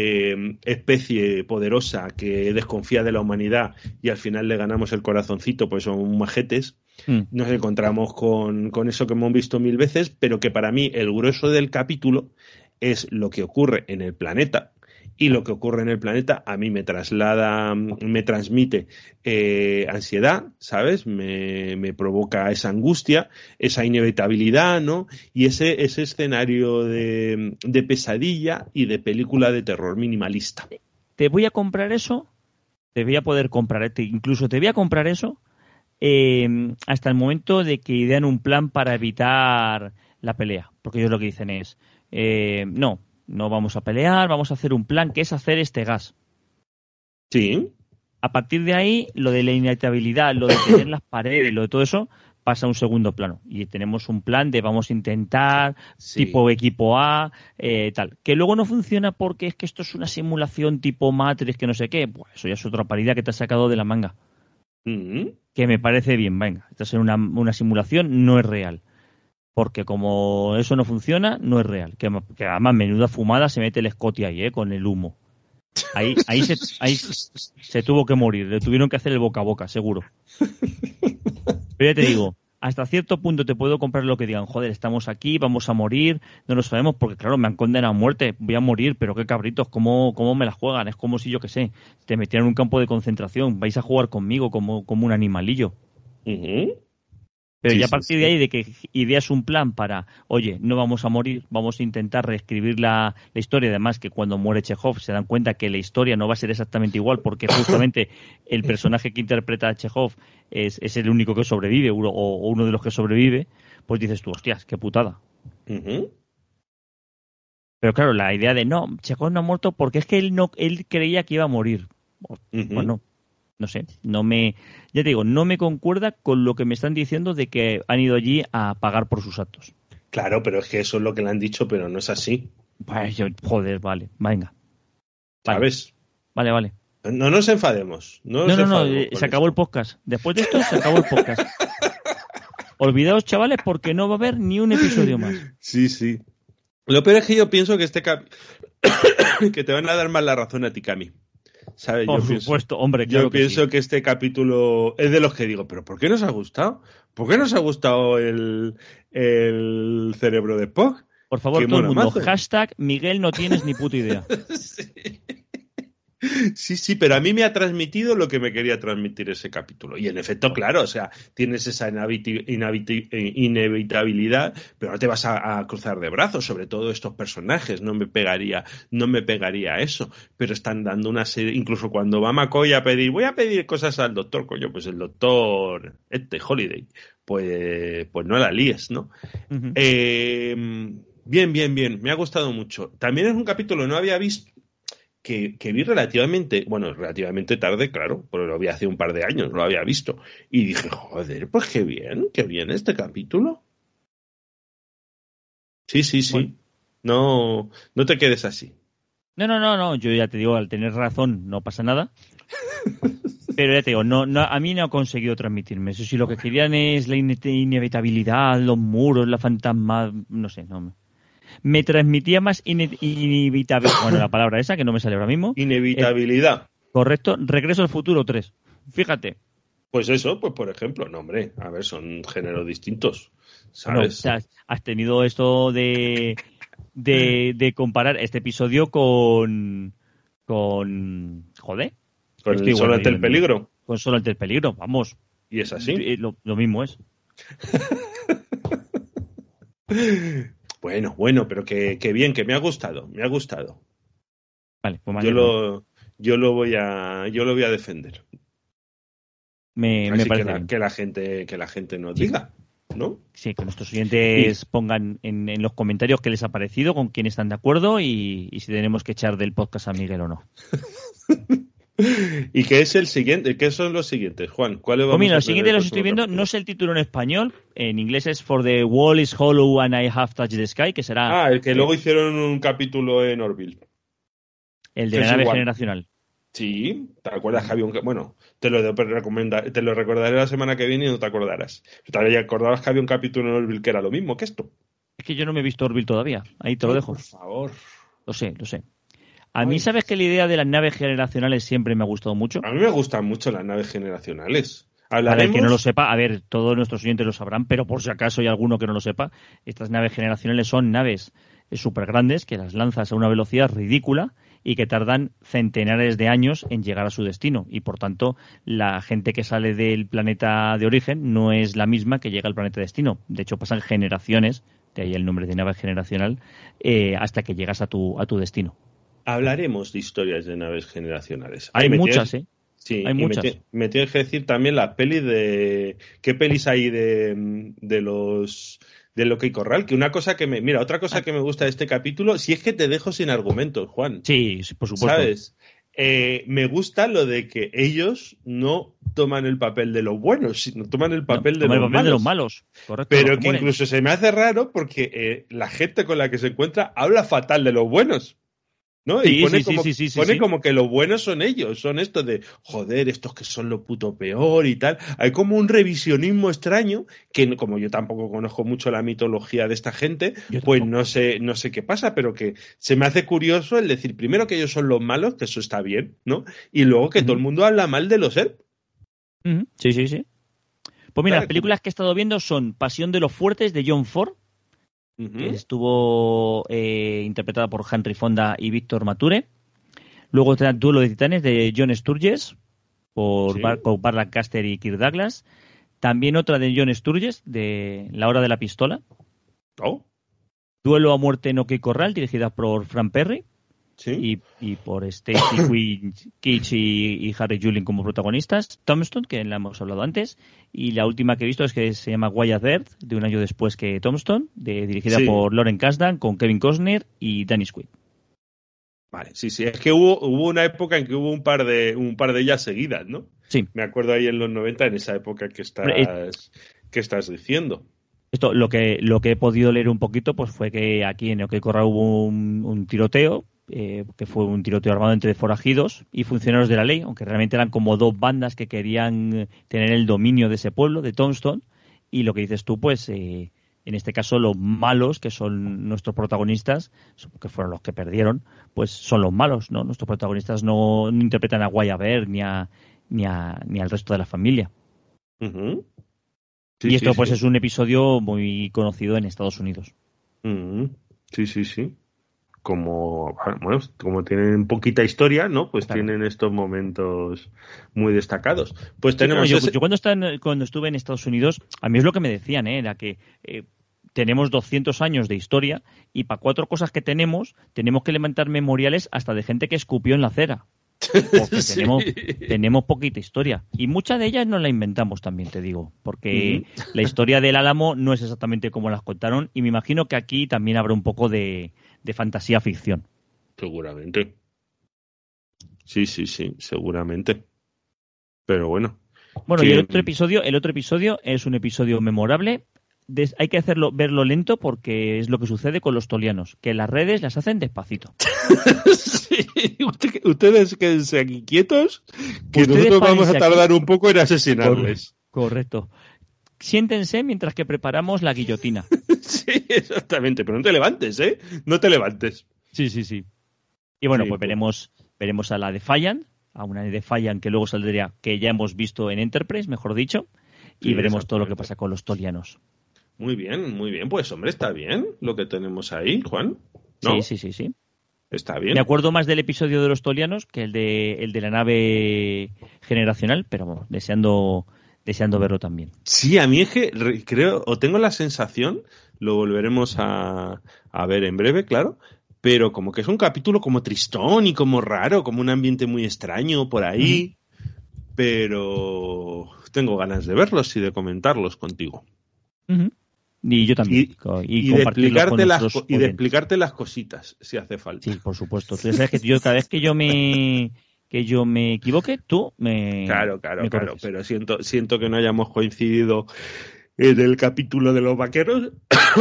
especie poderosa que desconfía de la humanidad y al final le ganamos el corazoncito, pues son majetes. Nos encontramos con eso que hemos visto 1000 veces, pero que para mí el grueso del capítulo es lo que ocurre en el planeta. Y lo que ocurre en el planeta a mí me transmite ansiedad, ¿sabes? Me provoca esa angustia, esa inevitabilidad, ¿no? Y ese escenario de pesadilla y de película de terror minimalista. Te voy a comprar eso, te voy a poder comprar, incluso te voy a comprar eso hasta el momento de que idean un plan para evitar la pelea. Porque ellos lo que dicen es, no vamos a pelear, vamos a hacer un plan que es hacer este gas. Sí. A partir de ahí, lo de la inevitabilidad, lo de tener las paredes, lo de todo eso, pasa a un segundo plano. Y tenemos un plan de vamos a intentar, tipo equipo A, tal. Que luego no funciona porque es que esto es una simulación tipo Matrix, que no sé qué. Pues eso ya es otra paridad que te has sacado de la manga. Que me parece bien, venga. Esta es una simulación, no es real. Porque como eso no funciona, no es real. Que además menuda fumada se mete el Scotty ahí, con el humo. Ahí se tuvo que morir, le tuvieron que hacer el boca a boca, seguro. Pero ya te digo, hasta cierto punto te puedo comprar lo que digan, joder, estamos aquí, vamos a morir, no lo sabemos, porque claro, me han condenado a muerte, voy a morir, pero qué cabritos, ¿cómo me la juegan? Es como si, yo qué sé, te metieran en un campo de concentración, vais a jugar conmigo como un animalillo. Pero ya a partir de ahí, de que ideas un plan para, oye, no vamos a morir, vamos a intentar reescribir la historia. Además, que cuando muere Chekhov se dan cuenta que la historia no va a ser exactamente igual, porque justamente el personaje que interpreta a Chekhov es el único que sobrevive, o uno de los que sobrevive, pues dices tú, hostias, qué putada. Pero claro, la idea de, no, Chekhov no ha muerto porque es que él creía que iba a morir. Bueno, no sé, ya te digo, no me concuerda con lo que me están diciendo de que han ido allí a pagar por sus actos. Claro, pero es que eso es lo que le han dicho, pero no es así. Pues joder, vale, venga. ¿Sabes? Vale. No nos enfademos. No, se acabó el podcast. Después de esto, se acabó el podcast. Olvidaos, chavales, porque no va a haber ni un episodio más. Sí. Lo peor es que yo pienso que que te van a dar más la razón a ti que a mí. ¿Sabes? Por supuesto, hombre, claro. Yo pienso que este capítulo es de los que digo, pero ¿por qué nos ha gustado? ¿Por qué nos ha gustado el cerebro de Spock? Por favor, todo el mundo, hashtag Miguel no tienes ni puta idea. Sí, pero a mí me ha transmitido lo que me quería transmitir ese capítulo. Y en efecto, claro, o sea, tienes esa inevitabilidad, pero no te vas a cruzar de brazos, sobre todo estos personajes. No me pegaría eso. Pero están dando una serie, incluso cuando va McCoy a pedir, voy a pedir cosas al doctor, coño, pues el doctor, Holiday, pues no la líes, ¿no? Bien, me ha gustado mucho. También es un capítulo, no había visto, que vi relativamente tarde, claro, porque lo vi hace un par de años, no lo había visto. Y dije, joder, pues qué bien este capítulo. Sí. Bueno. No te quedes así. No, yo ya te digo, al tener razón no pasa nada. Pero ya te digo, a mí no ha conseguido transmitirme. Eso sí, lo que querían es la inevitabilidad, los muros, la fantasma, no sé, no me transmitía más inevitabilidad. Bueno, la palabra esa que no me sale ahora mismo. Inevitabilidad. Correcto. Regreso al futuro 3. Fíjate. Pues eso, pues por ejemplo, no, hombre, a ver, son géneros distintos, ¿sabes? Bueno, o sea, has tenido esto de comparar este episodio con joder. Con Solo ante el peligro. Con Solo ante el peligro, vamos. Y es así. Lo mismo es. Bueno, pero que bien, que me ha gustado. Vale, pues yo lo voy a defender. Me parece bien. Que la gente nos diga, ¿no? Sí, que nuestros oyentes pongan en los comentarios qué les ha parecido, con quién están de acuerdo y si tenemos que echar del podcast a Miguel o no. ¿Y qué es el siguiente? ¿Qué son los siguientes, Juan? ¿Cuáles vamos mira, los siguientes los estoy viendo, no sé el título en español, en inglés es For the Wall is Hollow and I Have Touched the Sky, que será... el que luego hicieron un capítulo en Orville. El de la nave generacional. Sí, ¿te acuerdas que había un... Bueno, te lo recordaré la semana que viene y no te acordarás. ¿Te acordabas que había un capítulo en Orville que era lo mismo que esto? Es que yo no me he visto Orville todavía, ahí te lo dejo. Por favor. Lo sé. A mí, ¿sabes que la idea de las naves generacionales siempre me ha gustado mucho? A mí me gustan mucho las naves generacionales. A ver, que no lo sepa, todos nuestros oyentes lo sabrán, pero por si acaso hay alguno que no lo sepa, estas naves generacionales son naves súper grandes que las lanzas a una velocidad ridícula y que tardan centenares de años en llegar a su destino. Y por tanto, la gente que sale del planeta de origen no es la misma que llega al planeta de destino. De hecho, pasan generaciones, de ahí el nombre de nave generacional, hasta que llegas a tu destino. Hablaremos de historias de naves generacionales. Hay muchas, ¿eh? Sí, hay muchas. Me tienes que decir también las pelis de... ¿Qué pelis hay de los... de Loki y Corral? Que una cosa que me... Mira, otra cosa que me gusta de este capítulo, si es que te dejo sin argumentos, Juan. Sí, por supuesto. ¿Sabes? me gusta lo de que ellos no toman el papel de los buenos, sino toman el papel, de los malos. Correcto, pero que incluso se me hace raro porque la gente con la que se encuentra habla fatal de los buenos, ¿no? Sí, y pone sí. como que los buenos son ellos, son estos de, joder, estos que son lo puto peor y tal. Hay como un revisionismo extraño que, como yo tampoco conozco mucho la mitología de esta gente, pues no sé qué pasa, pero que se me hace curioso el decir primero que ellos son los malos, que eso está bien, ¿no? Y luego que todo el mundo habla mal de los ERP. Sí. Pues mira, las películas que he estado viendo son Pasión de los Fuertes de John Ford, que estuvo interpretada por Henry Fonda y Víctor Mature. Luego está Duelo de Titanes de John Sturges con Burt Lancaster y Kirk Douglas. También otra de John Sturges de La Hora de la Pistola. Duelo a muerte en OK Corral, dirigida por Frank Perry. Y por Stacy Keach y Harry Julin como protagonistas. Tombstone, que la hemos hablado antes. Y la última que he visto es que se llama Wyatt Earp, de un año después que Tombstone, dirigida por Lauren Kasdan, con Kevin Costner y Danny Quaid. Vale, sí, es que hubo una época en que hubo un par de ellas seguidas, ¿no? Sí. Me acuerdo ahí en los 90, en esa época que estás diciendo. Esto, lo que he podido leer un poquito, pues fue que aquí en OK Corral hubo un tiroteo, que fue un tiroteo armado entre forajidos y funcionarios de la ley, aunque realmente eran como dos bandas que querían tener el dominio de ese pueblo, de Tombstone, y lo que dices tú, pues en este caso los malos, que son nuestros protagonistas, que fueron los que perdieron, pues son los malos, ¿no? Nuestros protagonistas no interpretan a Wyatt Earp ni al resto de la familia. Y esto pues es un episodio muy conocido en Estados Unidos. Sí. Como tienen poquita historia, ¿no? Pues claro, tienen estos momentos muy destacados. Pues tenemos yo cuando estuve en Estados Unidos, a mí es lo que me decían, era que tenemos 200 años de historia y para 4 cosas que tenemos que levantar memoriales hasta de gente que escupió en la acera. Porque tenemos poquita historia. Y muchas de ellas nos la inventamos también, te digo. Porque la historia del Álamo no es exactamente como las contaron. Y me imagino que aquí también habrá un poco de fantasía ficción. Seguramente. Sí, seguramente. Pero bueno. Bueno, y el otro episodio es un episodio memorable. Hay que verlo lento porque es lo que sucede con los tolianos, que las redes las hacen despacito. Ustedes quédense aquí quietos, que nosotros vamos a tardar un poco en asesinarles. Correcto. Siéntense mientras que preparamos la guillotina. Sí, exactamente, pero no te levantes, ¿eh? No te levantes. Sí. Y bueno, pues veremos a la Defiant, a una Defiant que luego saldría, que ya hemos visto en Enterprise, mejor dicho, y veremos todo lo que pasa con los tolianos. Muy bien, pues hombre, está bien lo que tenemos ahí, Juan, ¿no? Sí. Está bien. Me acuerdo más del episodio de los tolianos que el de la nave generacional, pero bueno, deseando verlo también. Sí, a mí es que creo, o tengo la sensación, lo volveremos a ver en breve, claro, pero como que es un capítulo como tristón y como raro, como un ambiente muy extraño por ahí, pero tengo ganas de verlos y de comentarlos contigo. Y yo también. Y de explicarte las cositas, si hace falta. Sí, por supuesto. Tú sabes que yo cada vez que yo me equivoque, tú me... Claro, pero siento que no hayamos coincidido en el capítulo de los vaqueros.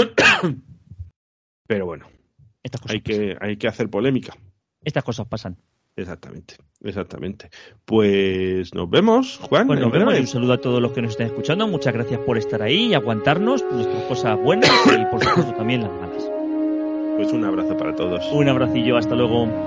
Pero bueno, hay que hacer polémica. Estas cosas pasan. Exactamente. Pues nos vemos, Juan. Pues nos vemos y un saludo a todos los que nos estén escuchando. Muchas gracias por estar ahí y aguantarnos nuestras cosas buenas y por supuesto también las malas. Pues un abrazo para todos. Un abracillo, hasta luego.